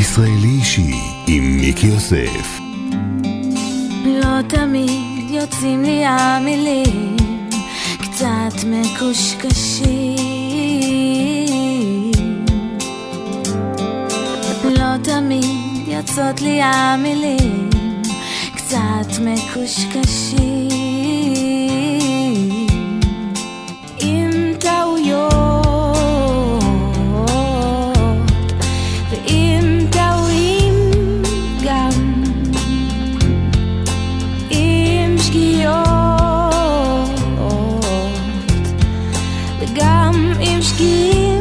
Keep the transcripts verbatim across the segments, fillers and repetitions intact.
ישראלי אישי עם מיקי יוסף. לא תמיד יוצאים לי המילים, קצת מקושקשים. לא תמיד יוצאות לי המילים, קצת מקושקשים. עם טעויות ועם טעויים גם, עם שגיאות וגם עם שגיאים.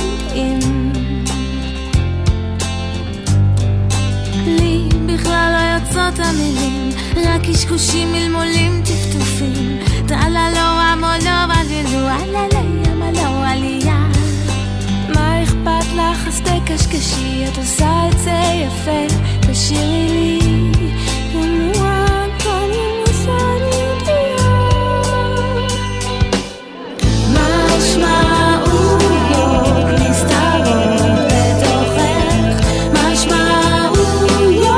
לי בכלל לא יוצאות המילים, רק קשקושים מלמולים טפטופים. תעלה לא עמולו עלילו עללי עמלו עלייה. מה אכפת לך אז תקשקשי, את עושה את זה יפה. תשאירי לי ינוע כאן ימוסני יודעה. משמעויות נסתרות בתוכך, משמעויות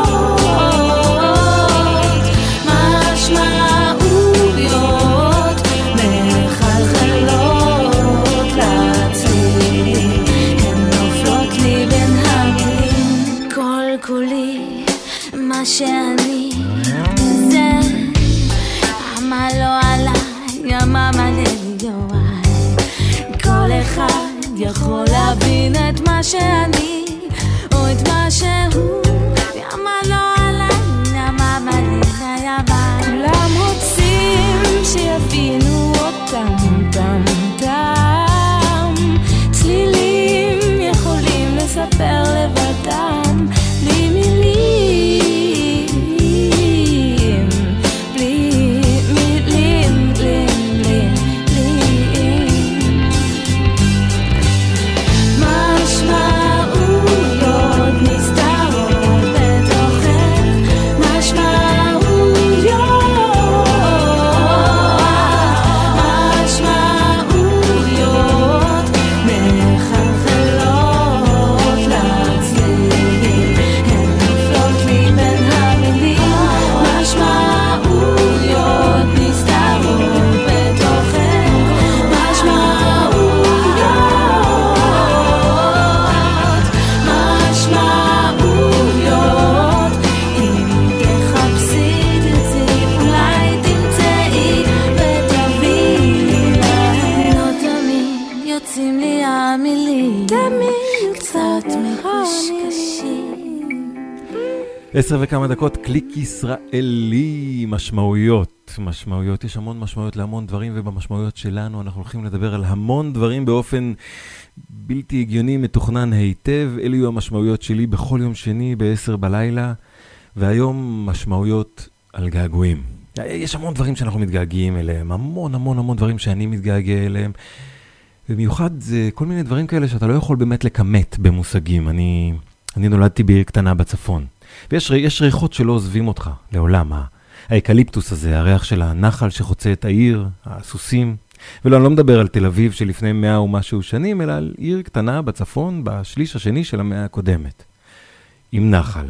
מה שאני זה אמה לא עליי, אמה מלא יואי. כל אחד יכול להבין את מה שאני או את מה שהוא. אמה לא עליי, אמה מלא יואי. כולם רוצים שיבינו אותם אותם אותם. צלילים יכולים לספר לבדם בלי מילים. עשר וכמה דקות, קליק ישראלי, משמעויות, משמעויות, יש המון משמעויות להמון דברים, ובמשמעויות שלנו אנחנו הולכים לדבר על המון דברים באופן בלתי הגיוני, מתוכנן היטב. אלו יהיו המשמעויות שלי בכל יום שני בעשר בלילה, והיום משמעויות על געגועים. יש המון דברים שאנחנו מתגעגעים אליהם, המון המון המון דברים שאני מתגעגע אליהם, במיוחד זה כל מיני דברים כאלה שאתה לא יכול באמת לקמת במושגים. אני, אני נולדתי בעיר קטנה בצפון. ויש יש ריחות שלא עוזבים אותך לעולם. האקליפטוס הזה, הריח של הנחל שחוצה את העיר, הסוסים. ולא, אני לא מדבר על תל אביב שלפני מאה ומשהו שנים, אלא על עיר קטנה בצפון, בשליש השני של המאה הקודמת. עם נחל.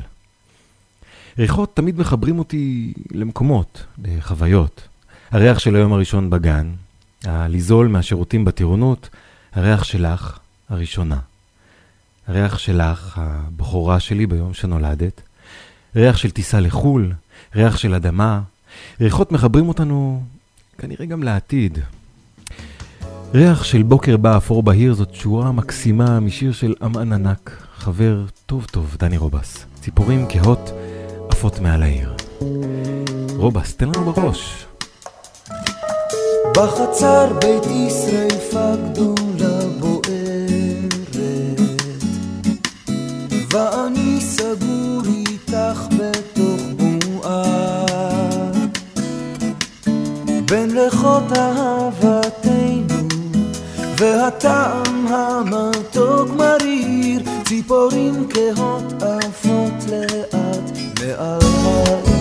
ריחות תמיד מחברים אותי למקומות, לחוויות. הריח של היום הראשון בגן, הליזול מהשירותים בטירונות, הריח שלך הראשונה. הריח שלך, הבחורה שלי ביום שנולדת, ריח של טיסה לחול, ריח של אדמה. ריחות מחברים אותנו כנראה גם לעתיד. ריח של בוקר בא אפור בהיר, זאת שורה מקסימה משיר של אמן ענק, חבר טוב טוב, דני רובס. ציפורים כהות עפות מעל העיר. רובס, תן לנו בראש. בחצר ביתי שריפה גדולה בוערת, ואני סגור איתך בתוך בועה, בין ריחות אהבתנו והטעם המתוק מריר. ציפורים כהות עפות לאט מעל העיר.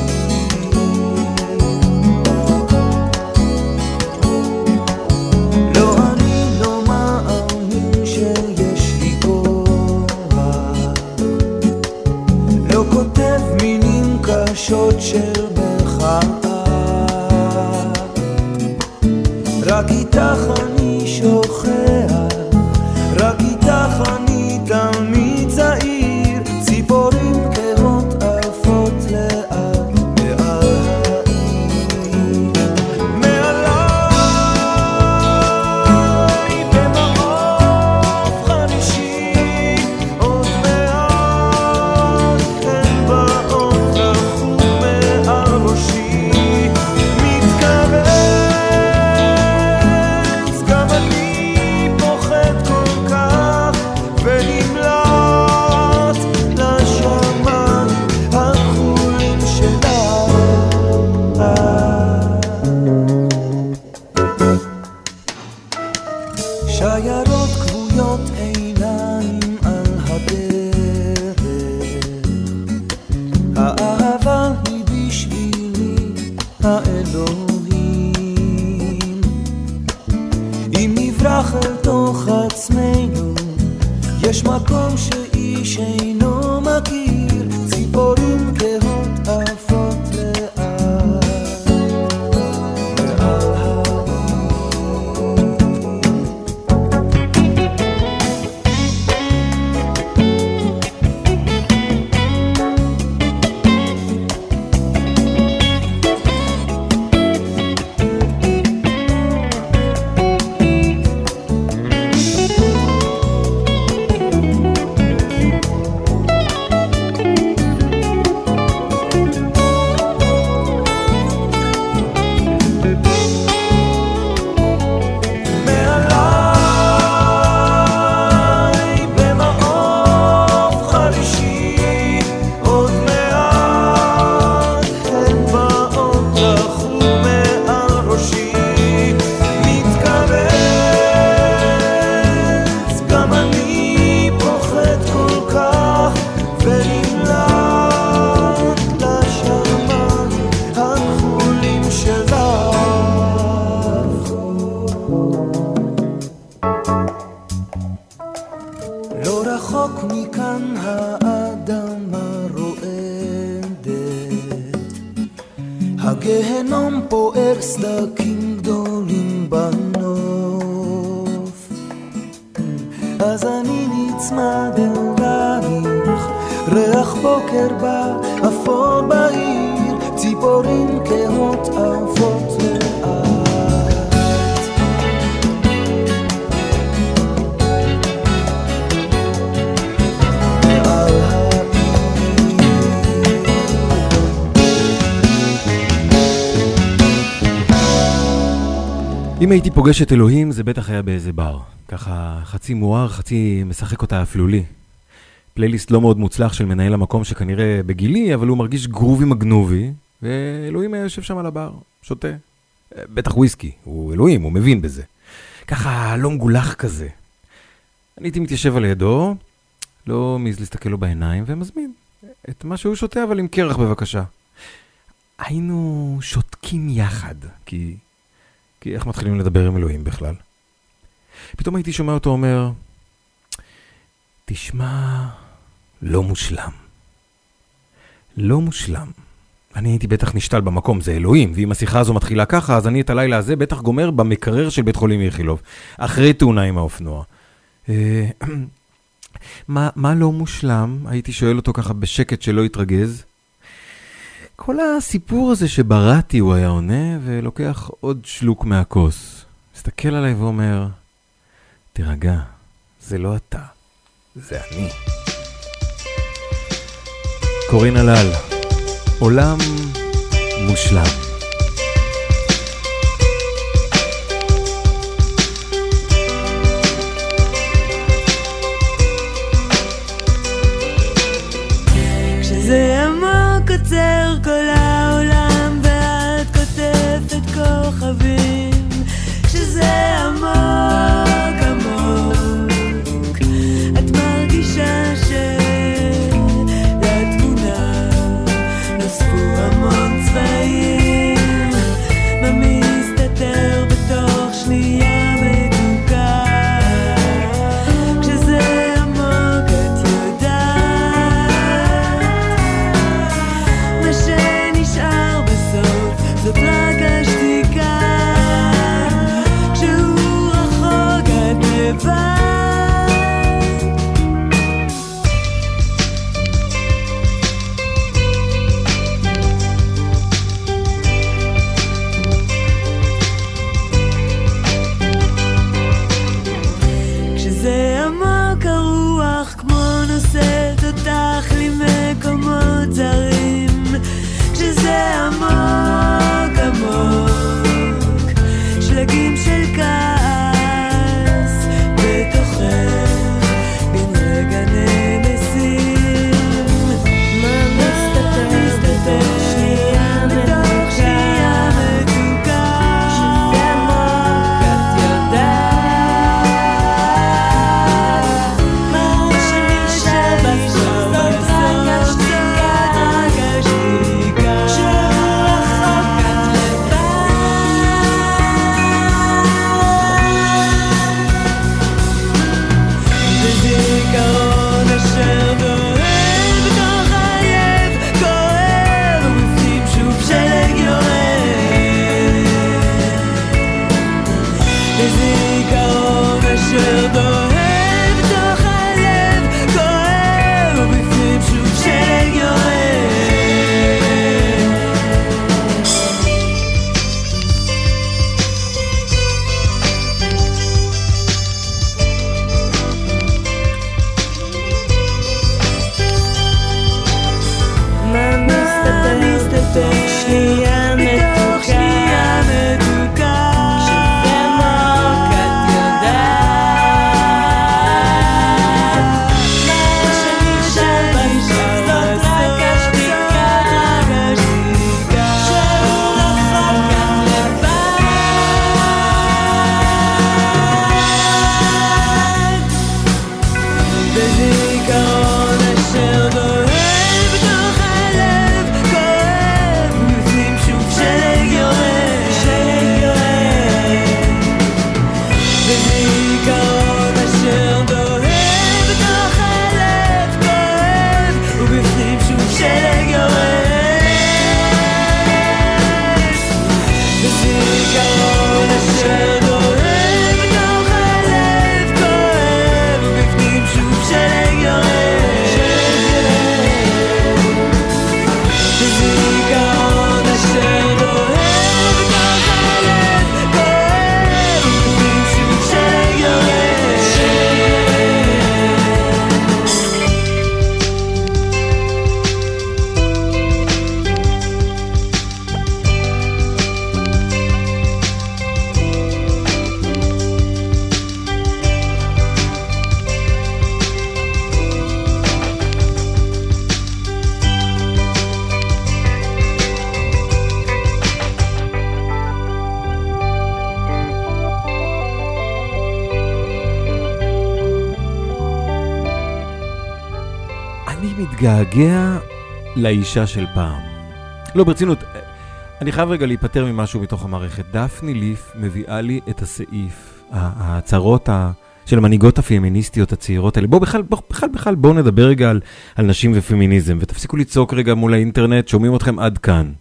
רק איתך אני שוכח, רק איתך אני תמיד צעיר, ציפורים כהות עפות לאט מעל העיר. מעליי במעוף חמישי עוד מעט הן באות לחום מעל ראשי, מתכווץ גם אני פוחד כל כך ונמלט לשמיים הכחולים שלה. שיירות כבויות עיניים על הדרך, האהבה היא בשבילי האלוהים. אם נברח אל תוך עצמנו, יש מקום שאיש אינו מכיר, ציפורים כהות עפות לאט מעל מעליי במעוף חמישי עוד מעט הן באות לחום מעל ראשי, מתכווץ גם אני פוחד כל כך ונמלט לשמיים הכחולים שלך. לא רחוק מכאן האדמה רועדת, הגהנום פוער סדקים גדולים בנוף, אז אני נצמד אלייך, ריח בוקר בא אפור בעיר, ציפורים כהות עפות לאט מעל אם הייתי פוגש את אלוהים, זה בטח היה באיזה בר. ככה חצי מואר, חצי משחק אותה אפלולי. פלייליסט לא מאוד מוצלח של מנהל המקום שכנראה בגילי, אבל הוא מרגיש גרובי מגנובי, ואלוהים היה יושב שם על הבר, שותה. בטח וויסקי, הוא אלוהים, הוא מבין בזה. ככה לא מגולח כזה. אני הייתי מתיישב על ידו, לא מעז להסתכל לו בעיניים, ומזמין את מה שהוא שותה, אבל עם קרח בבקשה. היינו שותקים יחד, כי... כי איך מתחילים לדבר עם אלוהים בכלל? פתאום הייתי שומע אותו אומר, תשמע, לא מושלם. לא מושלם. אני הייתי בטח נשתל במקום, זה אלוהים, ואם השיחה הזו מתחילה ככה, אז אני את הלילה הזה בטח גומר במקרר של בית חולים איכילוב, אחרי תאונה עם האופנוע. מה, מה לא מושלם? הייתי שואל אותו ככה בשקט שלא יתרגז. כל הסיפור הזה שבראתי הוא היה עונה, ולוקח עוד שלוק מהכוס. מסתכל עליי ואומר, תרגע, זה לא אתה, זה אני. קורין הלל, עולם מושלם. כשזה עמוק עוצר כל העולם ואת כותבת כוכבים, כשזה עמוק עמוק את מרגישה שלתמונה נוספו המון צבעים. בזיכרון אשר דוהב תוך הלב כואב ובפנים שוב שלג יורד מה מסתתר שנייה מתוך שנייה מתוקה כשזה עמוק את יודעת מה שנשאר בשביל זאת רק השתיקה שהוא רחוק את לבד בזיכרון אשר דוהב מתגעגע לאישה של פעם. לא, ברצינות, אני חייב רגע להיפטר ממשהו מתוך המערכת. דפני ליף מביאה לי את הסעיף, ההצהרות של המנהיגות הפמיניסטיות הצעירות האלה. בואו בכלל, בכלל, בכלל, בואו נדבר רגע על, על נשים ופמיניזם, ותפסיקו לצעוק רגע מול האינטרנט, שומעים אתכם עד כאן.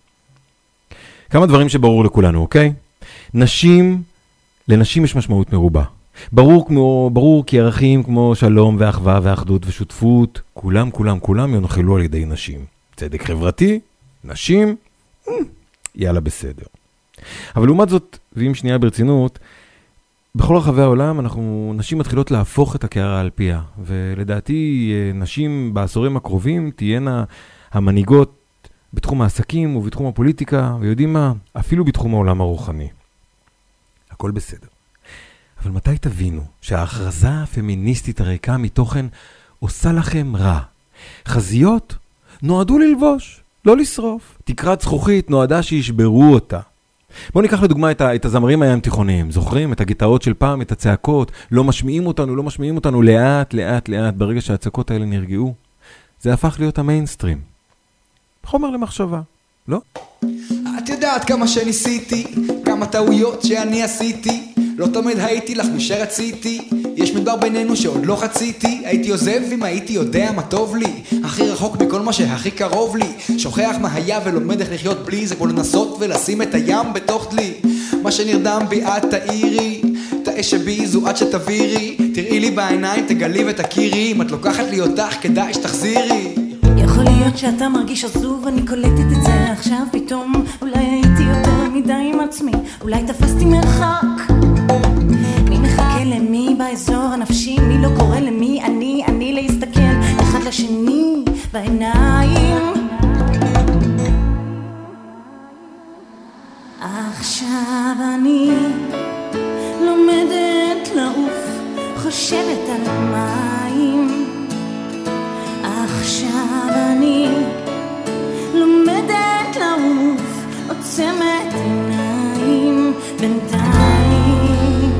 כמה דברים שברור לכולנו, אוקיי? נשים, לנשים יש משמעות מרובה. ברור כמו, ברור כי ערכים כמו שלום ואחווה ואחדות ושותפות, כולם, כולם, כולם יונחלו על ידי נשים. צדק חברתי, נשים, יאללה בסדר. אבל לעומת זאת, ואם שנייה ברצינות, בכל רחבי העולם אנחנו, נשים מתחילות להפוך את הקערה על פיה, ולדעתי נשים בעשורים הקרובים תהיינה המנהיגות בתחום העסקים ובתחום הפוליטיקה, ויודעים מה, אפילו בתחום העולם הרוחני. הכל בסדר. אבל מתי תבינו שההכרזה הפמיניסטית הריקה מתוכן עושה לכם רע? חזיות נועדו ללבוש, לא לשרוף. תקרת זכוכית נועדה שישברו אותה. בואו ניקח לדוגמה את, ה- את הזמרים הים תיכוניים. זוכרים את הגיטרות של פעם, את הצעקות? לא משמיעים אותנו, לא משמיעים אותנו לאט, לאט, לאט. ברגע שהצעקות האלה נרגעו, זה הפך להיות המיינסטרים. חומר למחשבה, לא? את יודעת כמה שניסיתי, כמה טעויות שאני עשיתי, לא תמיד הייתי לך מי שרציתי, יש מדבר בינינו שעוד לא חציתי, הייתי עוזב אם הייתי יודע מה טוב לי, הכי רחוק מכל מה שהכי קרוב לי, שוכח מה היה ולומד איך לחיות בלי, זה כמו לנסות ולשים את הים בתוך דלי, מה שנרדם בי את תאירי, תאש שבי זו עד שתבירי, תראי לי בעיניים תגלי ותכירי, אם את לוקחת לי אותך כדאי שתחזירי. יכול להיות שאתה מרגיש עזוב, אני קולטת את זה עכשיו פתאום, אולי הייתי יותר מדי עם עצמי, אולי תפסתי מרחק, מי מחכה למי באזור הנפשי, מי לא קורא למי, אני, אני להסתכל אחד לשני בעיניים. עכשיו אני לומדת לעוף, חושבת על מים, עכשיו אני לומדת לעוף, עוצמת עיניים בינתיים.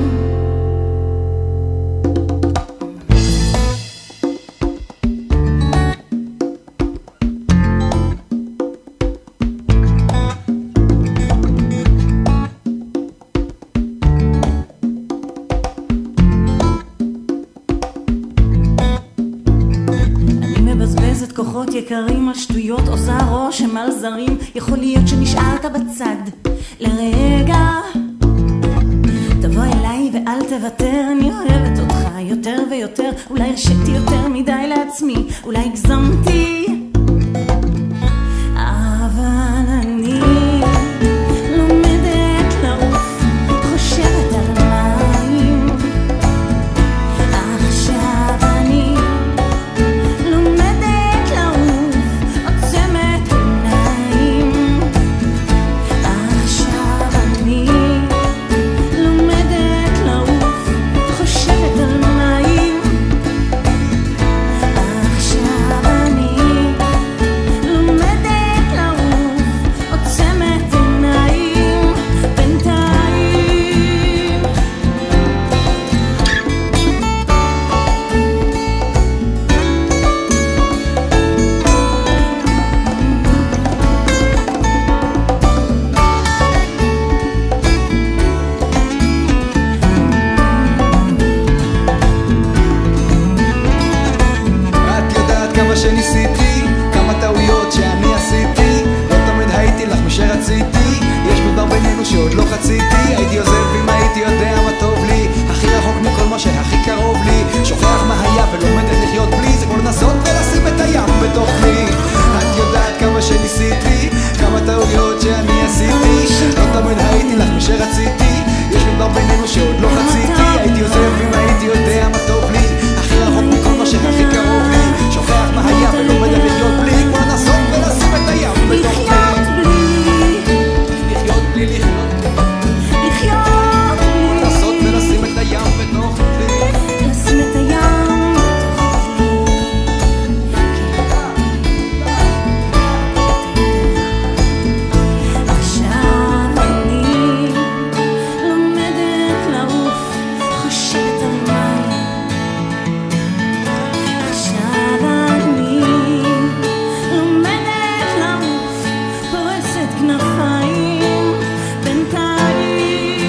כוחות יקרים על שטויות, עושה רושם על זרים, יכול להיות שנשארת בצד לרגע, תבוא אליי תוותר, אני אוהבת אותך יותר ויותר, אולי הרשיתי יותר מדי לעצמי, אולי הגזמתי, אבל אני לומדת לעוף, חושבת על מים, עכשיו אני לומדת לעוף, עוצמת עיניים, עכשיו אני לומדת לעוף, חושבת על מים, עכשיו אני לומדת לעוף, עוצמת עיניים, בינתיים. את יודעת כמה שניסיתי, כמה טעויות שאני עשיתי, לא תמיד הייתי לך מי שרציתי, יש מדבר בינינו שעוד לא חציתי, הייתי עוזב אם הייתי יודע מה טוב לי, הכי רחוק מכל מה שהכי קרוב לי, שוכח מה היה ולומדת לחיות בלי, זה כמו לנסות ולשים את הים בתוך לי. את יודעת כמה שניסיתי, כמה טעויות שאני עשיתי, לא תמיד הייתי לך מי שרציתי, יש מדבר בינינו שעוד לא חציתי, הייתי עוזב אם הייתי יודע מה טוב לי, הכי רחוק מכל מה שהכי קרוב לי, שוכח מה היה ולומד לחיות בלי, כמו לנסות ולשים את הים בתוך לי. לחיות בלי, לחיות בלי, לחיות בלי, לנסות ולשים את הים בתוך לי. לשים את הים בתוך עכשיו אני לומדת לעוף, חושבת על מים, עכשיו אני לומדת לעוף, פורסת כנפיים, בינתיים.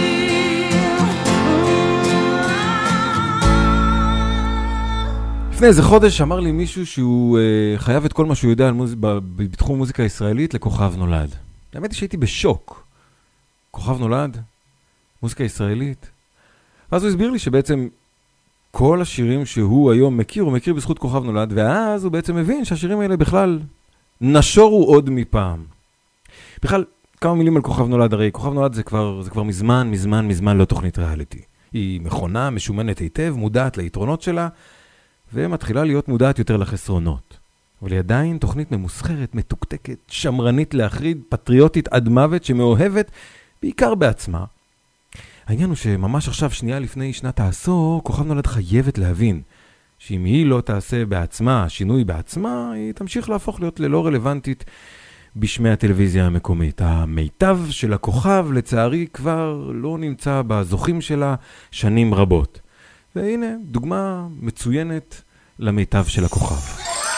לפני איזה חודש אמר לי מישהו שהוא אה, חייב את כל מה שהוא יודע על מוז... ב- בתחום מוזיקה ישראלית לכוכב נולד. האמת היא שהייתי בשוק. כוכב נולד? מוזיקה ישראלית? ואז הוא הסביר לי שבעצם כל השירים שהוא היום מכיר, הוא מכיר בזכות כוכב נולד, ואז הוא בעצם מבין שהשירים האלה בכלל נשורו עוד מפעם. בכלל, כמה מילים על כוכב נולד, הרי כוכב נולד זה כבר, זה כבר מזמן, מזמן, מזמן לא תוכנית ריאליטי. היא מכונה, משומנת היטב, מודעת ליתרונות שלה, ומתחילה להיות מודעת יותר לחסרונות. אבל היא עדיין תוכנית ממוסחרת, מתוקתקת, שמרנית להחריד, פטריוטית עד מוות, שמאוהבת בעיקר בעצמה. העניין הוא שממש עכשיו, שנייה לפני שנת העשור, כוכב נולד חייבת להבין שאם היא לא תעשה בעצמה, שינוי בעצמה, היא תמשיך להפוך להיות ללא רלוונטית בשמי הטלוויזיה המקומית. המיטב של הכוכב, לצערי, כבר לא נמצא בזוכים שלה שנים רבות. והנה, דוגמה מצוינת למיטב של הכוכב.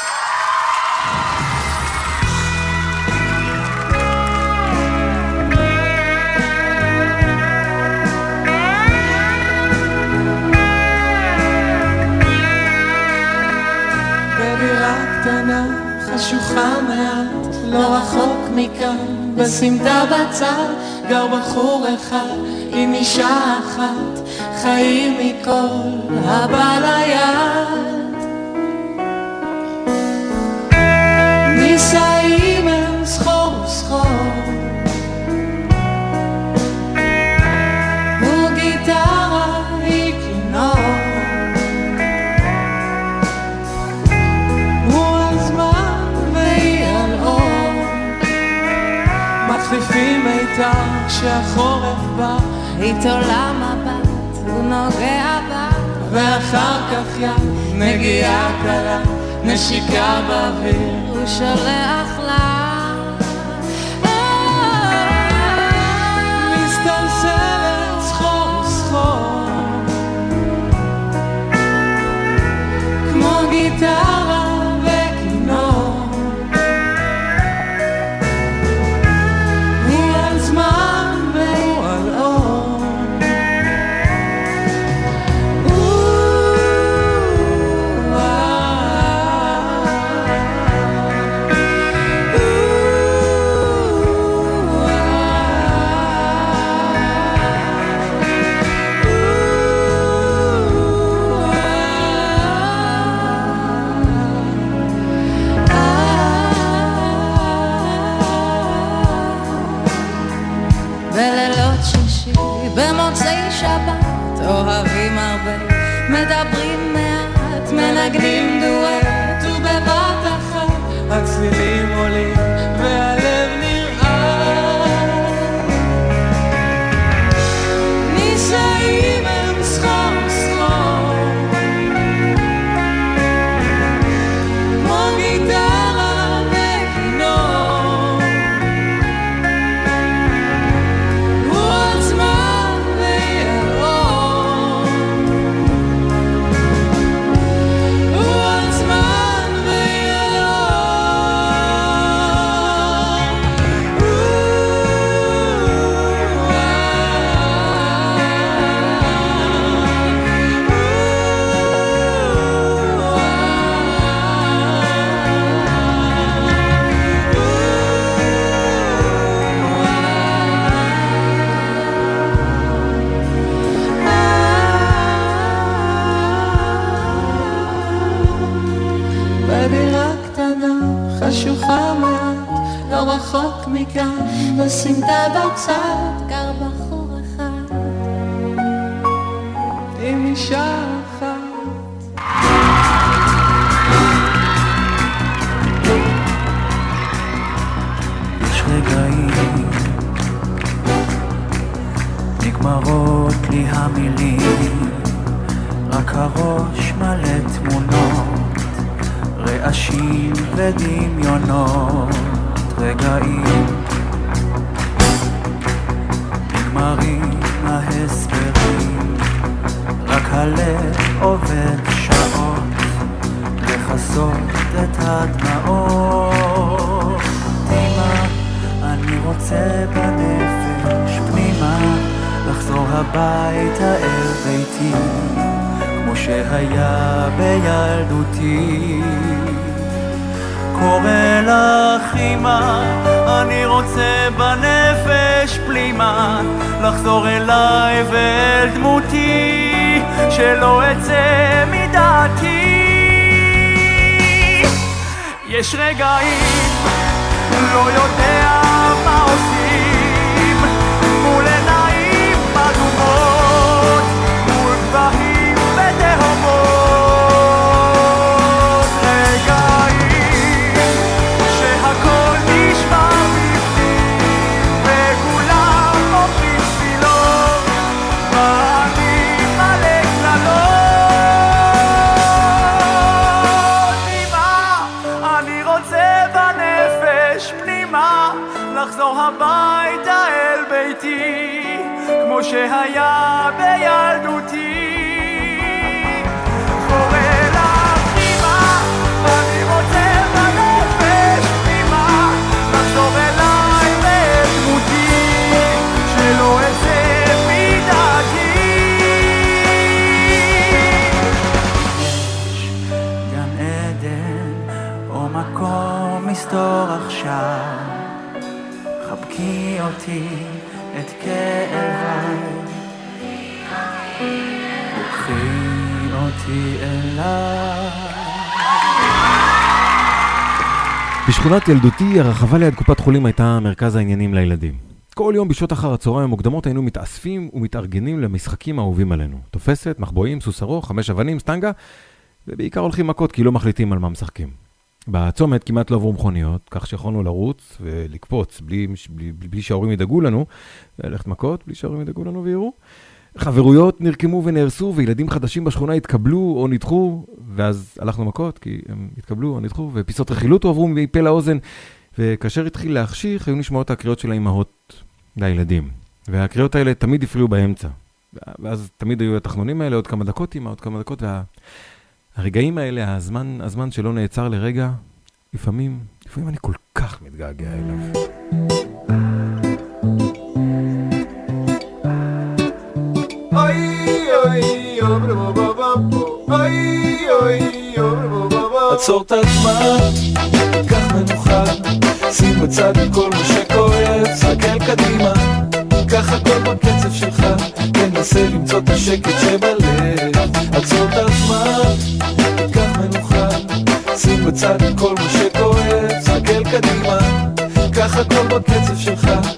בבירה קטנה, חשוכה מעט, לא רחוק מכאן, בסמטה בצד, גר בחור אחד עם אישה אחת, חיים מכל הבא ליד. נישאים הם סחור וסחור, הוא גיטרה, היא כינור, הוא הזמן והיא על אור, מחליפים מיתר כשהחורף בא, איתו למבט הוא נוגע בה, ואחר כך יד נגיעה קלה, נשיקה באוויר, הוא שולח לה מסתלסלת סחור סחור, כמו גיטרה וכינור, הוא על זמן והוא על אור. הרבה, מדברים מעט, מנגנים דואט, ובבת אחת הצלילים עולים והלב נראה. נישאים הם סחור סחור, כמו גיטרה וכינור, הוא עצמן וירור, הוא עצמן וירור. בדירה קטנה, חשוכה מעט, לא רחוק מכאן, בסמטה בצד, גר בחור אחד, עם אישה אחת. יש רגעים, נגמרות לי המילים, רק הראש מלא תמונות, רעשים ודמיונות, רגעים נגמרים ההסברים, רק הלב עובד שעות לחסות את הדמעות. אמא, אני רוצה בנפש פנימה לחזור הביתה אל ביתי כמו שהיה בילדותי. קורא לך אמא, אני רוצה בנפש פלימה לחזור אליי ואל דמותי, שלא אצא מדעתי. יש רגעים לא יודע מה עושים מול עיניים אדומות, מול גבהים ותהומות. לחזור הביתה אל ביתי כמו שהיה בילדותי. קורא לך אמא, אני רוצה בנפש פנימה לחזור אליי ואל דמותי, שלא אצא מדעתי. יש גן עדן או מקום מסתור עכשיו, חבקי אותי את כאביי, וקחי אותי אליי. בשכונת ילדותי, הרחבה ליד קופת חולים הייתה מרכז העניינים לילדים. כל יום בשעות אחר הצהריים המוקדמות היינו מתאספים ומתארגנים למשחקים האהובים עלינו. תופסת, מחבואים, סוס ארוך, חמש אבנים, סטנגה, ובעיקר הולכים מכות כי לא מחליטים על מה משחקים. בצומת כמעט לא עברו מכוניות, כך שיכולנו לרוץ ולקפוץ בלי, בלי, בלי, בלי שההורים ידאגו לנו, ללכת מכות בלי שההורים ידאגו לנו ויראו. חברויות נרקמו ונהרסו, וילדים חדשים בשכונה התקבלו או נדחו, ואז הלכנו מכות כי הם התקבלו או נדחו, ופיסות רכילות עברו מפה לאוזן, וכאשר התחיל להחשיך, היו נשמעות הקריאות של האימהות לילדים. והקריאות האלה תמיד הפריעו באמצע. ואז תמיד היו התחנונים האלה, עוד כמה דקות אימא, עוד כמה דקות, וה... הרגעים האלה, הזמן, הזמן שלא נעצר לרגע, לפעמים, לפעמים אני כל כך מתגעגע אליו. עצור את הזמן, קח מנוחה, שים בצד כל מה שכואב, סתכל קדימה, קח הכל בקצב שלך, תנסה למצוא את השקט שבלב. עצור את הזמן, קח מנוחה, שים בצד כל מה שכואב, סתכל קדימה, קח הכל בקצב שלך, תנסה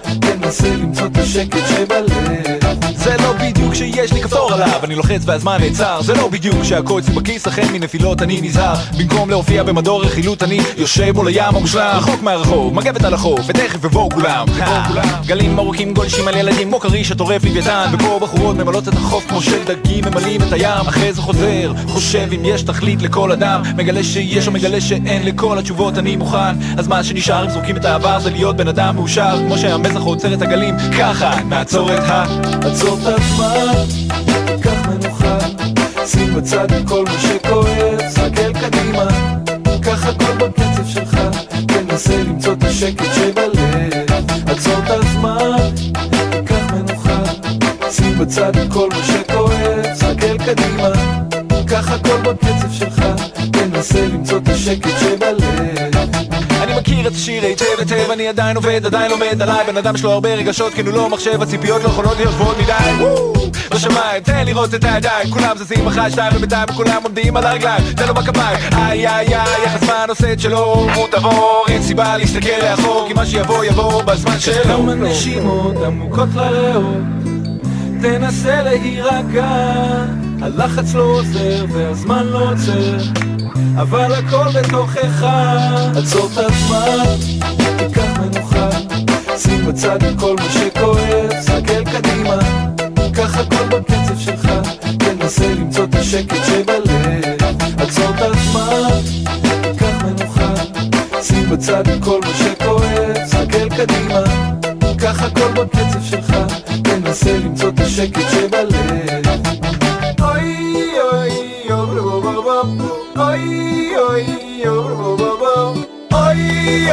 תנסה למצוא את השקט שבלב. זה לא בדיוק שיש לי כפתור עליו, אני לוחץ והזמן נעצר. זה לא בדיוק שהקוד אצלי בכיס, לכן מנפילות אני נזהר. במקום להופיע במדור רכילות אני יושב מול הים המושלם, רחוק מהרחוב, מגבת על החוף, ותכף יבואו כולם. גלים ארוכים גולשים על ילדים כמו כריש הטורף לוויתן, ופה בחורות ממלאות את החוף כמו של דגים ממלאים את הים. אחרי זה חוזר, חושב אם יש תכלית לכל אדם, מגלה שיש או מגלה שאין, לכל התשובות אני מוכן. אז מה שנשאר אם זורקים את העבר זה להיות בן אדם מאושר, כמו שהמזח עוצר את הגלים, ככה נעצור את ה... עצור את הזמן, קח מנוחה, שים בצד את כל מה שכואב, סתכל קדימה, קח הכל בקצב שלך, תנסה למצוא את השקט שבלב. עצור את הזמן, קח מנוחה, שים בצד את כל מה שכואב, סתכל קדימה, קח הכל בקצב שלך, תנסה למצוא את השקט שבלב. אני מכיר את השיר היטב היטב, אני עדיין עובד, עדיין לומד עליי. בן אדם יש לו הרבה רגשות, כן הוא לא מחשב, הציפיות לא יכולות להיות גבוהות מדי. בשמיים, תן לראות את הידיים, כולם זזים אחת שתיים ובינתיים וכולם עומדים על הרגליים, תן לו בכפיים, איי איי איי, איך הזמן עושה את שלו, הוא תבור, אין סיבה להסתכל לאחור, כי מה שיבוא יבוא בזמן שלו. כמה נשימות עמוקות לריאות, תנסה להירגע, הלחץ לא עוזר והזמן לא עוצר, אבל הכל בתוכך. עצור את הזמן, תיקח מנוחה, שים בצד את כל מה שכואב, סתכל קדימה, קח הכל בקצב שלך, תנסה למצוא את השקט שבלב. עצור את הזמן, תיקח מנוחה, שים בצד את כל מה שכואב, סתכל קדימה, קח הכל בקצב שלך, תנסה למצוא את השקט שבלב. אוי אוי אוי אוי אוי אוי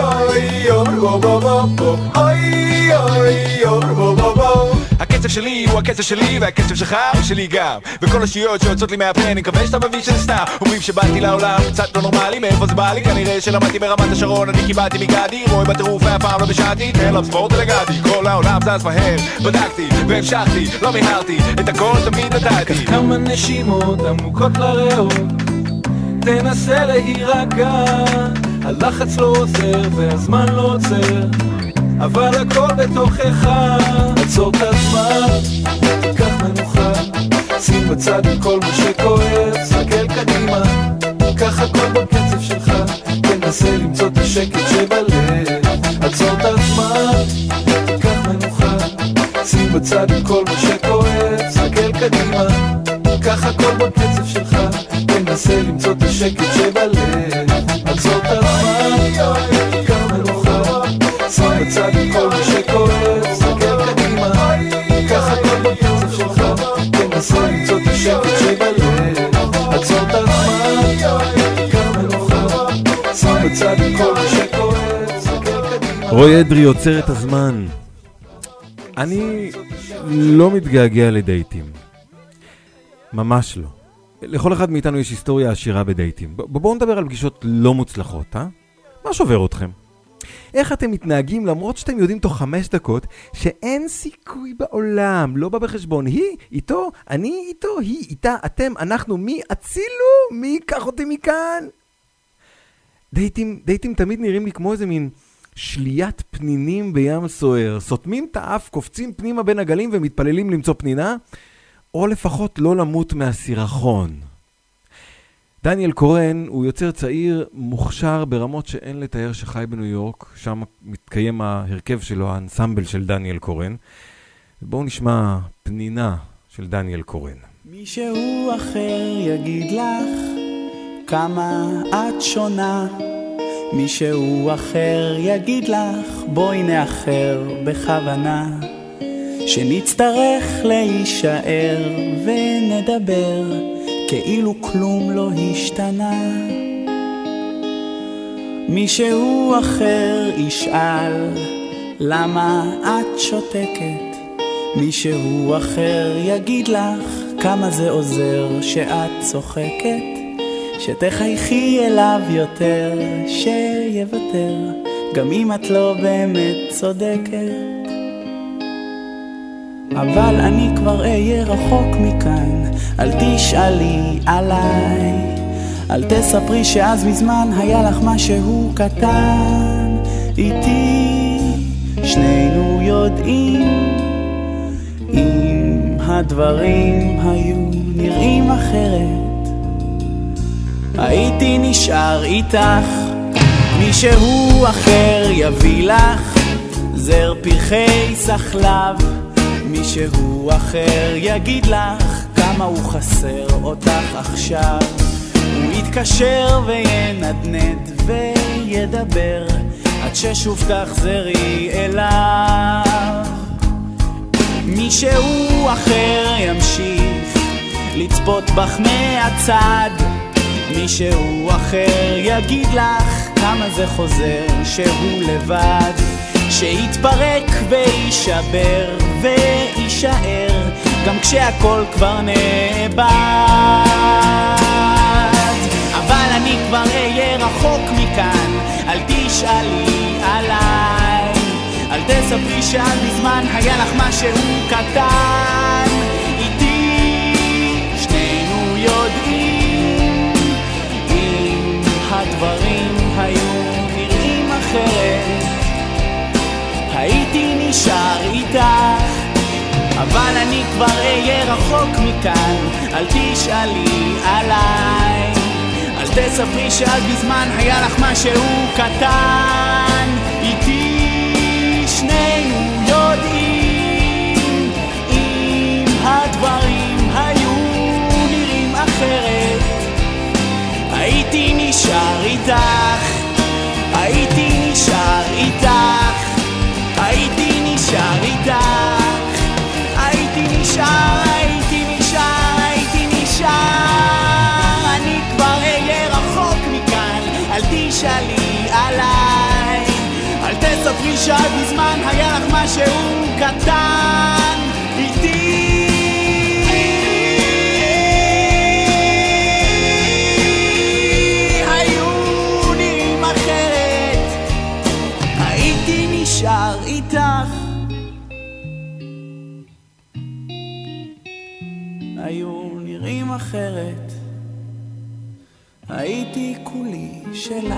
אוי אוי. הקצב שלי הוא הקצב שלי והקצב שלך הוא שלי גם, וכל השטויות שיוצאות לי מהפה אני מקווה שאתה מבין שזה סתם. אומרים שבאתי לעולם קצת לא נורמלי, מאיפה זה בא לי? כנראה שלמדתי ברמת השרון, אני קיבלתי מגדי, רואה בטירוף ואף פעם לא בשעתי, תן לו ספורט אלגנטי, כל העולם זז מהר, בדקתי והמשכתי, לא מיהרתי, את הכל תמיד נתתי. כמה נשימות עמוקות לריאות, תנסה להירגע, הלחץ לא עוזר והזמן לא עוצר, אבל הכל בתוכך. עצור את הזמן, תיקח מנוחה, שים בצד את כל מה שכואב, סתכל קדימה, קח הכל בקצב שלך, תנסה למצוא את השקט שבלב. עצור את הזמן, תיקח מנוחה, שים בצד את כל מה שכואב, סתכל קדימה, קח הכל בקצב שלך, תנסה למצוא את השקט שבלב. עצור את הזמן, תיקח מנוחה, שים בצד את כל מה שכואב, סתכל קדימה, קח הכל בקצב שלך, תנסה למצוא את השקט שבלב. עצור את הזמן, תיקח מנוחה, שים בצד את כל מה שכואב, סתכל קדימה. רוי אדרי עוצר את הזמן. אני לא מתגעגע לדייטים, ממש לא. לכל אחד מאיתנו יש היסטוריה עשירה בדייטים. בואו נדבר על פגישות לא מוצלחות, אה? מה שובר אתכם? איך אתם מתנהגים למרות שאתם יודעים תוך חמש דקות שאין סיכוי בעולם, לא בא בחשבון, היא איתו, אני איתו, היא איתה, אתם, אנחנו, מי הצילו, מי ייקח אותי מכאן? דייטים, דייטים תמיד נראים לי כמו איזה מין שליית פנינים בים סוער, סותמים את האף, קופצים פנימה בין הגלים ומתפללים למצוא פנינה, או לפחות לא למות מהסירחון. דניאל קורן הוא יוצר צעיר מוכשר ברמות שאין לתאר, שחי בניו יורק, שם מתקיים ההרכב שלו, האנסמבל של דניאל קורן. בואו נשמע פנינה של דניאל קורן. מישהו אחר יגיד לך כמה את שונה, מישהו אחר יגיד לך בואי נאחר בכוונה, שנצטרך להישאר ונדבר כאילו כלום לא השתנה. מישהו אחר ישאל למה את שותקת, מישהו אחר יגיד לך כמה זה עוזר שאת צוחקת, שתחייכי אליו יותר, שיוותר גם אם את לא באמת צודקת. אבל אני כבר אהיה רחוק מכאן, אל תשאלי עליי, אל תספרי שאז מזמן היה לך משהו קטן איתי, שנינו יודעים אם הדברים היו נראים אחרת, הייתי נשאר איתך. מישהו אחר יביא לך זר פרחי סחלב, מישהו אחר יגיד לך כמה הוא חסר אותך עכשיו. הוא יתקשר וינדנד וידבר עד ששוב תחזרי אליו. מישהו אחר ימשיך לצפות בך מהצד, מישהו אחר יגיד לך כמה זה חוזר שהוא לבד, שיתפרק וישבר וישאר גם כשהכל כבר נאבד. אבל אני כבר אהיה רחוק מכאן, אל תשאלי עליי, אל תספרי שעד מזמן היה לך משהו קטן. איתי שנינו יודעים אם הדברים היו נראים אחרת, הייתי נשאר איתך. אבל אני כבר אהיה רחוק מכאן, אל תשאלי עליי, אל תספרי שעד בזמן היה לך משהו קטן. איתי שנינו יודעים אם הדברים היו נראים אחרת, הייתי נשאר איתך, הייתי נשאר איתך, הייתי נשאר איתך, הייתי נשאר, הייתי נשאר, הייתי נשאר. אני כבר אהיה רחוק מכאן, אל תשאלי עליי, אל תספרי שעד בזמן היה לך משהו קטן. איתי היו נראים אחרת, הייתי נשאר איתך, היו נראים אחרת, הייתי כולי שלך.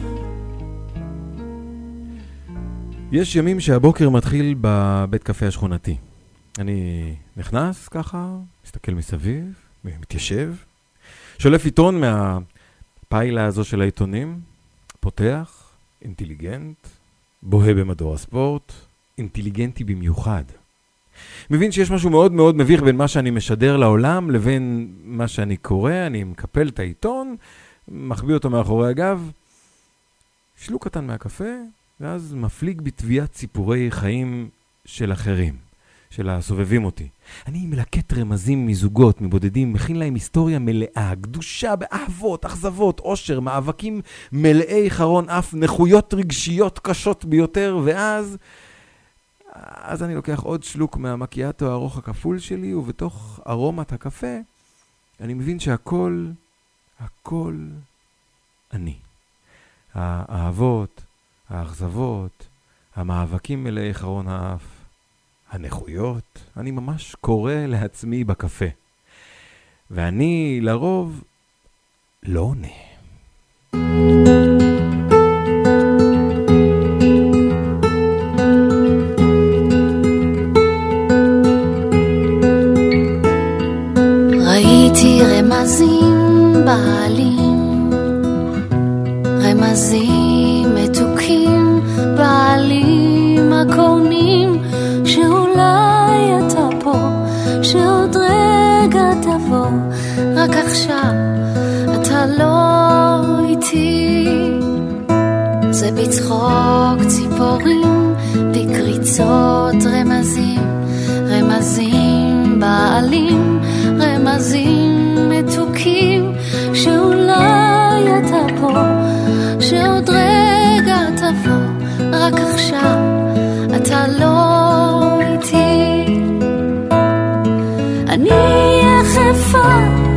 יש ימים שהבוקר מתחיל בבית קפה השכונתי. אני נכנס ככה, מסתכל מסביב, מתיישב, שולף עיתון מהפיילה הזו של העיתונים, פותח, אינטליגנט, בוהה במדור הספורט, אינטליגנטי במיוחד. מבין שיש משהו מאוד מאוד מביך בין מה שאני משדר לעולם לבין מה שאני קורא. אני מקפל את העיתון, מחביא אותו מאחורי הגב, שלוק קטן מהקפה, ואז מפליג בתביעת סיפורי חיים של אחרים, של הסובבים אותי. אני מלקט רמזים מזוגות, מבודדים, מכין להם היסטוריה מלאה, קדושה באהבות, אכזבות, עושר, מאבקים מלאי חרון אף, נכויות רגשיות קשות ביותר, ואז אז אני לוקח עוד שלוק מהמקיאטו הארוך הכפול שלי, ובתוך ארומת הקפה אני מבין שהכל, הכל אני. האהבות, האכזבות, המאבקים מלאי חרון האף, הנכויות, אני ממש קורא לעצמי בקפה. ואני לרוב לא עונה. רמזים בעלים, רמזים מתוקים בעלים הקורנים, שאולי אתה פה, שעוד רגע תבוא, רק עכשיו אתה לא איתי. זה בצחוק ציפורים, בקריצות רמזים, רמזים בעלים, רמזים מתוקים, שאולי אתה פה, שעוד רגע תבוא, רק עכשיו אתה לא איתי. אני יחפה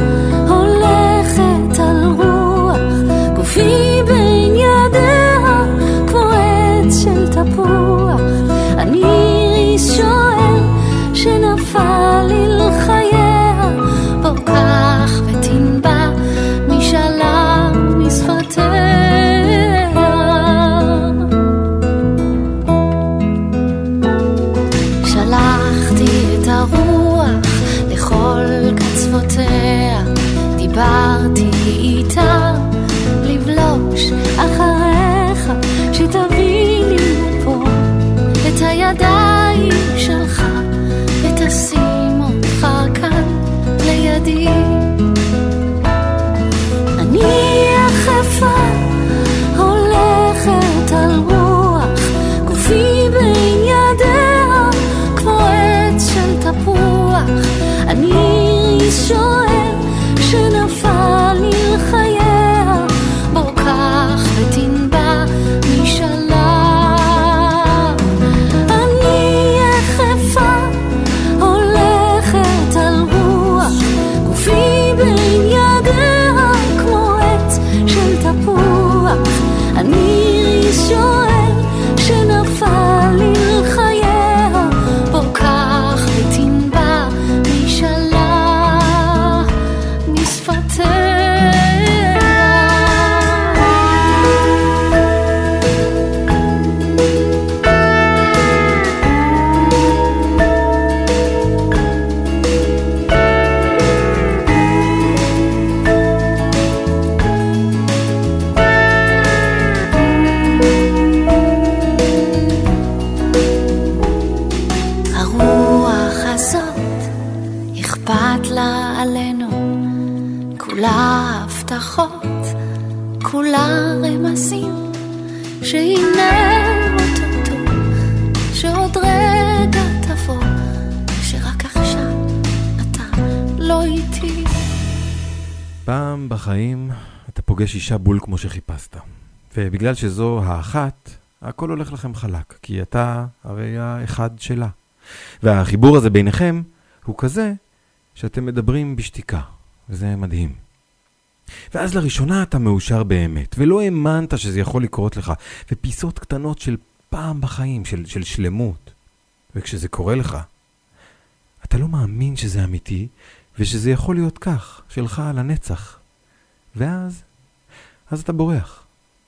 הולכת על רוח, גופי בין ידיה כמו עץ של תפוח. אני יודע, דיברתי איתה, לבלוש אחריך, שתביא לי פה את הידיים שלך, ותשים אותך כאן לידי. אני יחפה, הולכת על רוח, גופי בין ידיה, כמו עץ של תפוח. אני שואל שנפל לי לחייה, בוא כך ותנבע משלה. אני יחפה, הולכת על רוח, גופי בין ידיה, כמו עץ של תפוח. אני שואל שנפל לי לחייה, בוא כך ותנבע משלה משפתיה. כולה הבטחות, כולה רמזים, שהנה אותו, שעוד רגע תבוא, שרק עכשיו אתה לא איתי. פעם בחיים אתה פוגש אישה בול כמו שחיפשת, ובגלל שזו האחת, הכל הולך לכם חלק, כי אתה הרי האחד שלה. והחיבור הזה ביניכם הוא כזה שאתם מדברים בשתיקה, וזה מדהים. ואז לראשונה אתה מאושר באמת, ולא האמנת שזה יכול לקרות לך, ופיסות קטנות של פעם בחיים, של, של שלמות. וכשזה קורה לך, אתה לא מאמין שזה אמיתי, ושזה יכול להיות כך, שלך על הנצח. ואז, אז אתה בורח.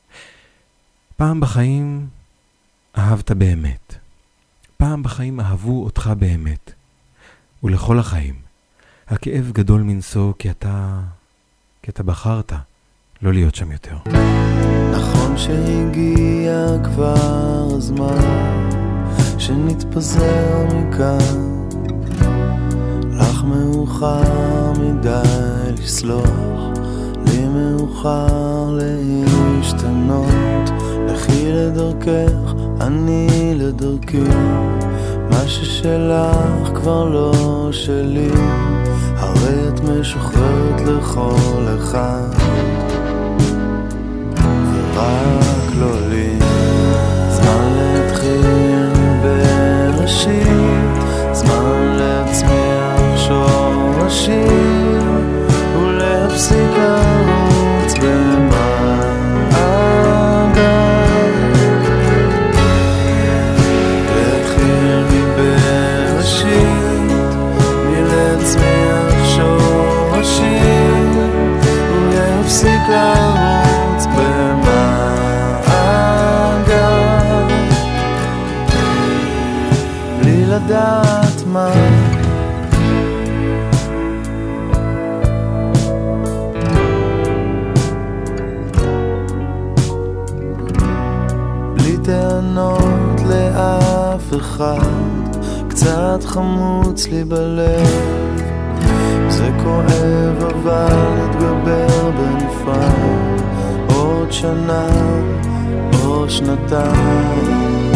פעם בחיים אהבת באמת. פעם בחיים אהבו אותך באמת. ולכל החיים. הכאב גדול מנסו כי אתה, כי אתה בחרת לא להיות שם יותר. נכון שהגיע כבר הזמן שנתפזר מכאן, לך מאוחר מדי לסלוח, לי מאוחר להשתנות. לכי לדרכך, אני לדרכי, מה ששלך כבר לא שלי, הרי את משוחררת לכל אחד, ורק לא לי. זמן להתחיל בראשית, זמן להצמיח שורשים, ולהפסיק לרוץ במעגל, להתחיל מבראשית, מלהצמיח שורשים, ולהפסיק לרוץ במעגל, בלי לדעת מה טענות לאף אחד, קצת חמוץ לי בלב, זה כואב אבל נתגבר בנפרד, עוד שנה, עוד שנתיים.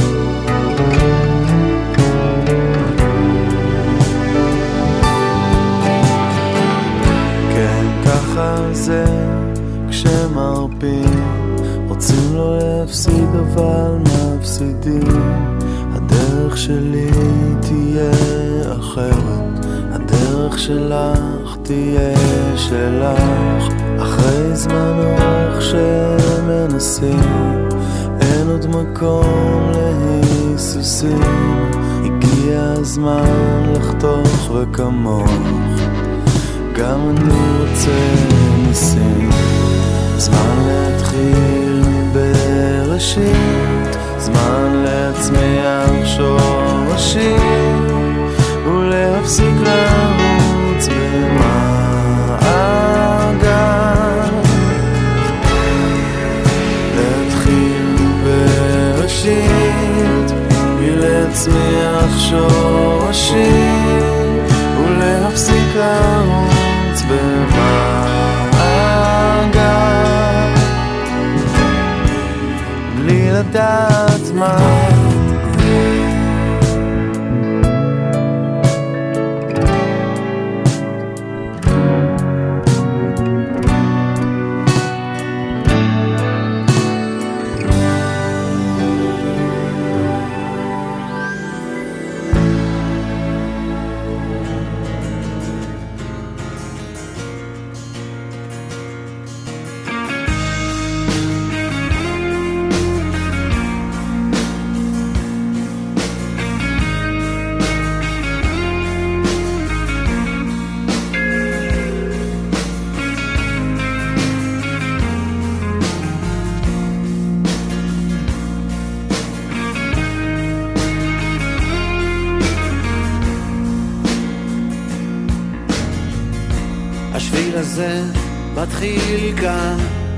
כן, ככה זה כשמרפים, רוצים לא להפסיד אבל מפסידים. הדרך שלי תהיה אחרת, הדרך שלך תהיה שלך. אחרי זמן ארוך שמנסים, אין עוד מקום להיסוסים, הגיע הזמן לחתוך וכמוך, גם אני רוצה ניסים. זמן להתחיל בראשית, זמן להצמיח שורשים, ולהפסיק לרוץ במעגל, לדעת מה השביל הזה מתחיל כאן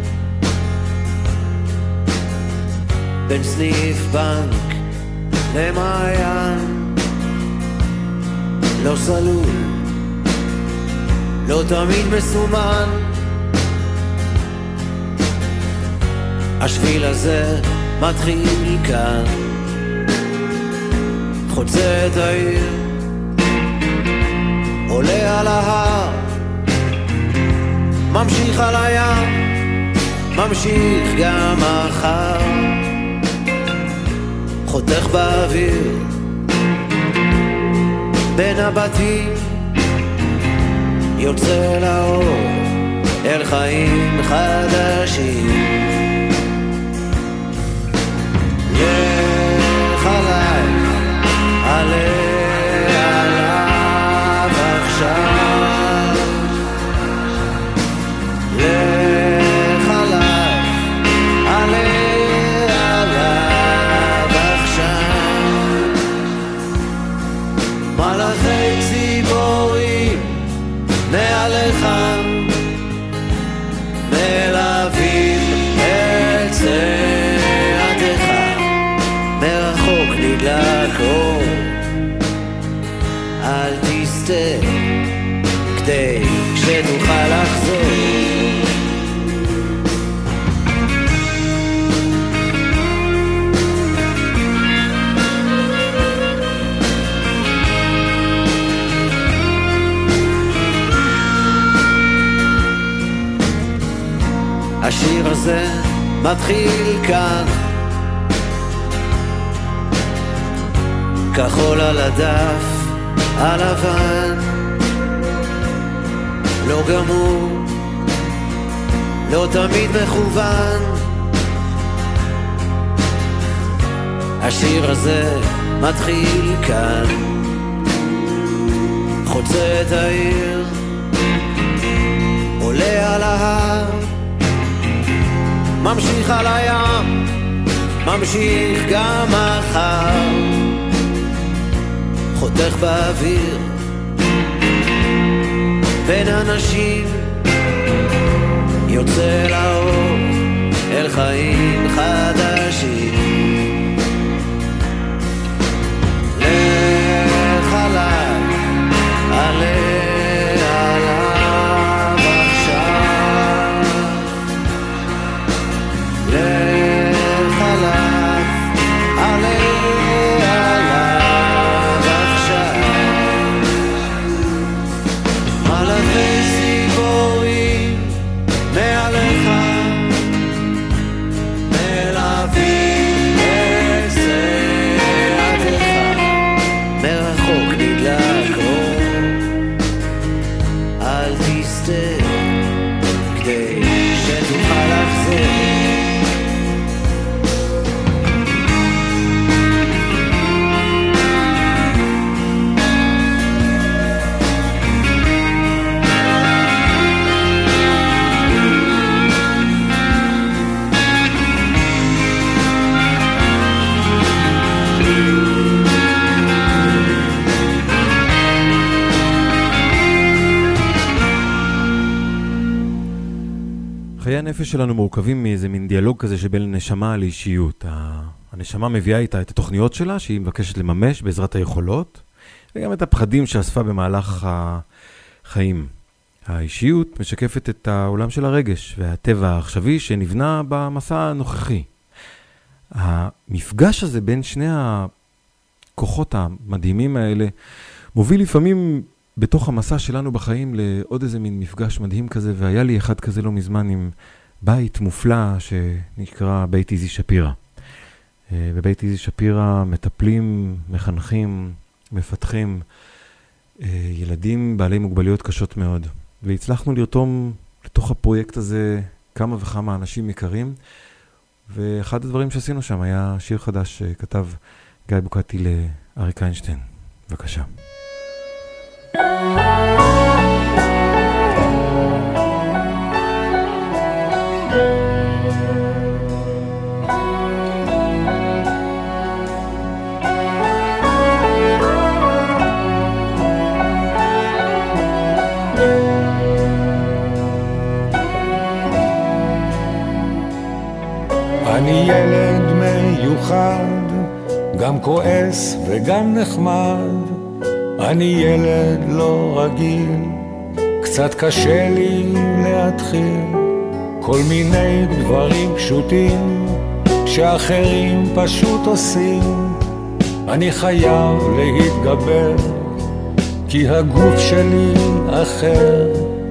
בין סניף בנק למעיין לא סלול לא תמיד מסומן השביל הזה מתחיל כאן חוצה את העיר עולה על ההר ממשיך על הים, ממשיך גם מחר חותך באוויר בין הבתים יוצא לאור אל חיים חדשים לך עליי, עלה עליו עכשיו לך עליו, עלה עליו עכשיו מלאכי ציפורים מעליך מלווים את צעדיך מרחוק נדלק אור אל תסתה כדי שתוכל לחזור השיר הזה מתחיל כאן כחול על הדף הלבן לא גמור לא תמיד מכוון השיר הזה מתחיל כאן חוצה את העיר עולה על ההר ממשיך על הים, ממשיך גם מחר חותך באוויר בין אנשים יוצא לאור אל חיים חדשים לך עליי, עלה לך עליו, עלה עליו עכשיו מלאכי ציפורים מעליך מלווים את צעדיך מרחוק נדלק אור אל תסתה כדי שתוכל לחזור חיי הנפש שלנו מורכבים מאיזה מין דיאלוג כזה שבין נשמה לאישיות. הנשמה מביאה איתה את התוכניות שלה שהיא מבקשת לממש בעזרת היכולות, וגם את הפחדים שאספה במהלך החיים. האישיות משקפת את העולם של הרגש והטבע העכשווי שנבנה במסע הנוכחי. המפגש הזה בין שני הכוחות המדהימים האלה, מוביל לפעמים בתוך המסע שלנו בחיים לעוד איזה מין מפגש מדהים כזה, והיה לי אחד כזה לא מזמן עם בית מופלא שנקרא בית איזי שפירא. בבית איזי שפירא מטפלים, מחנכים, מפתחים ילדים בעלי מוגבלויות קשות מאוד. והצלחנו לרתום לתוך הפרויקט הזה כמה וכמה אנשים יקרים, ואחד הדברים שעשינו שם היה שיר חדש שכתב גיא בוקטי לאריק איינשטיין. בבקשה. אני ילד מיוחד, גם כועס וגם נחמד. אני ילד לא רגיל, קצת קשה לי להתחיל כל מיני דברים פשוטים שאחרים פשוט עושים. אני חייב להתגבר, כי הגוף שלי אחר.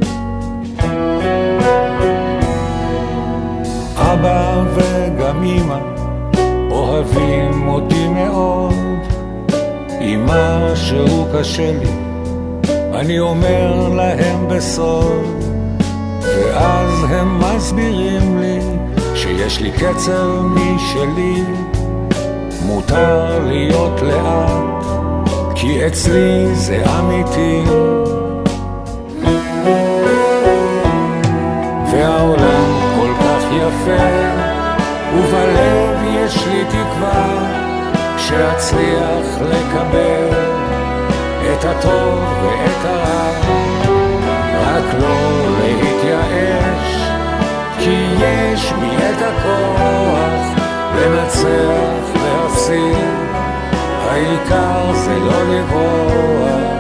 אבא וגם אמא אוהבים אותי מאוד. עם משהו קשה לי אני אומר להם בסוד, ואז הם מסבירים לי שיש לי קצר משלי, מותר להיות לאט כי אצלי זה אמיתי. והעולם כל כך יפה, ובלב יש לי תקווה שאצליח לקבל את הטוב ואת הרע, רק לא להתייאש, כי יש בי את הכוח לנצח להפסיד, העיקר זה לא לברוח.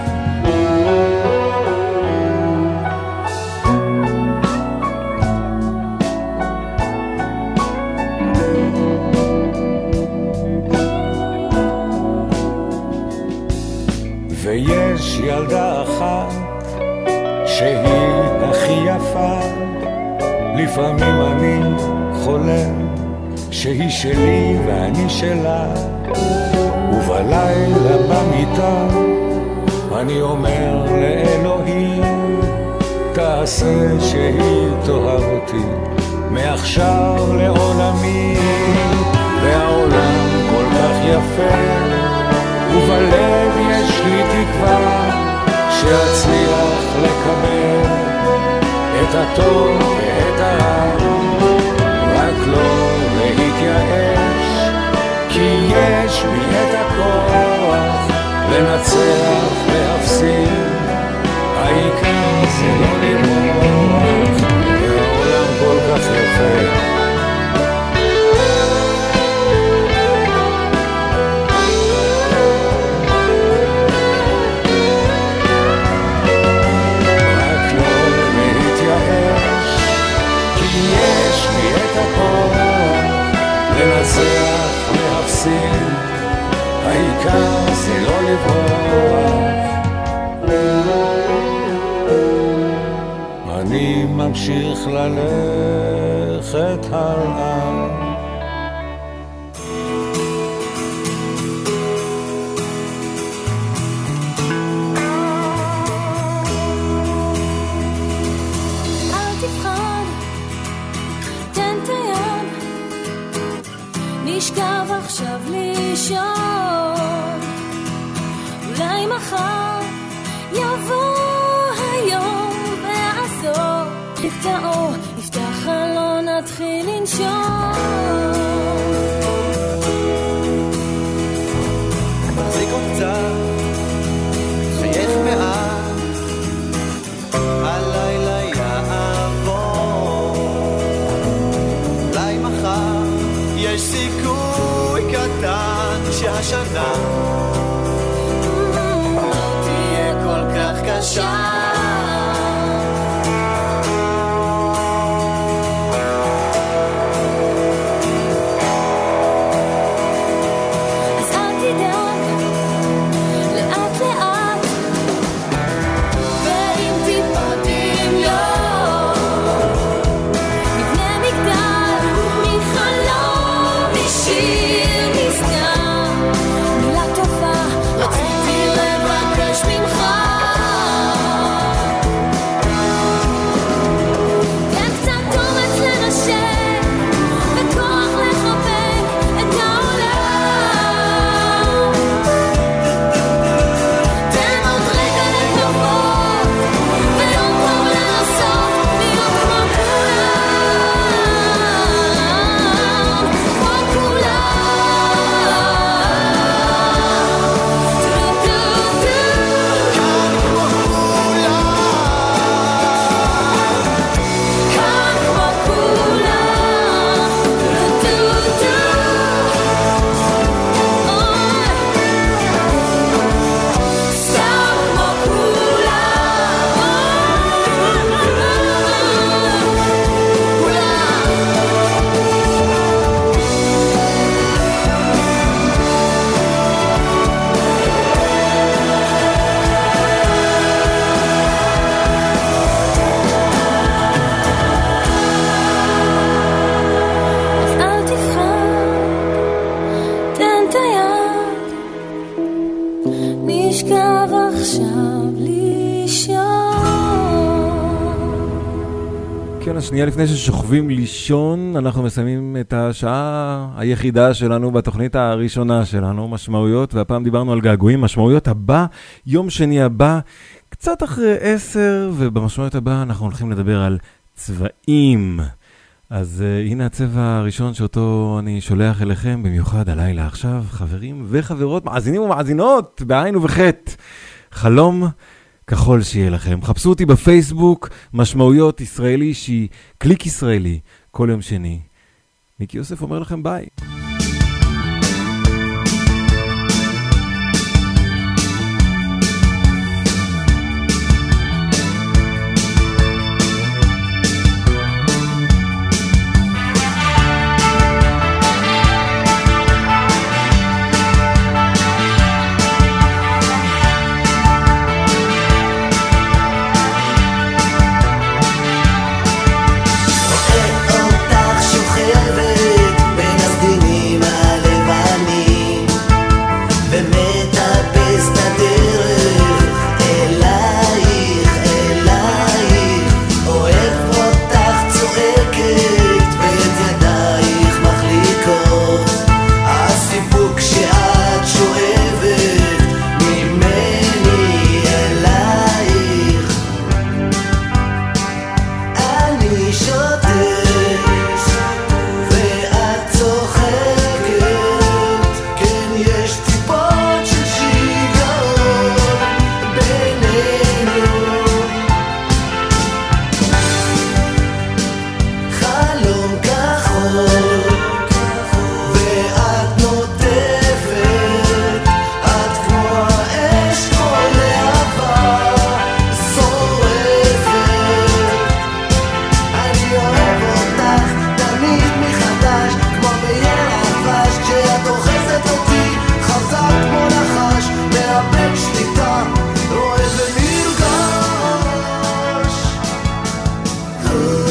ויש ילדה אחת שהיא הכי יפה, לפעמים אני חולם שהיא שלי ואני שלה, ובלילה במיטה אני אומר לאלוהים, תעשה שהיא תאהב אותי מעכשיו לעולמי. והעולם כל כך יפה, ובלב יש לי תקווה שאצליח לקבל את הטוב ואת הרע, רק לא להתייאש, כי יש בי את הכוח לנצח להפסיד, העיקר זה לא לברוח. והעולם כל כך יפה, לנצח להפסיד, העיקר זה לא לברוח. אני ממשיך ללכת הלאה, נשכב עכשיו לישון, אולי מחר יבוא היום ועזור, את האור יפתח חלון נתחיל לנשום. תחזיק עוד קצת, חייך מעט, הלילה יעבור, אולי מחר יש סיכוי קטן שהשנה לא תהיה כל כך קשה. כן, השנייה לפני ששוכבים לישון, אנחנו מסיימים את השעה היחידה שלנו בתוכנית הראשונה שלנו, משמעויות, והפעם דיברנו על געגועים. משמעויות הבא, יום שני הבא, קצת אחרי עשר, ובמשמעויות הבא אנחנו הולכים לדבר על צבעים. אז uh, הנה הצבע הראשון שאותו אני שולח אליכם, במיוחד הלילה עכשיו, חברים וחברות, מאזינים ומאזינות, בעין ובחטא. חלום כחול שיהיה לכם. חפשו אותי בפייסבוק, משמעויות ישראלי שהיא קליק ישראלי, כל יום שני. מיקי יוסף אומר לכם ביי. Oh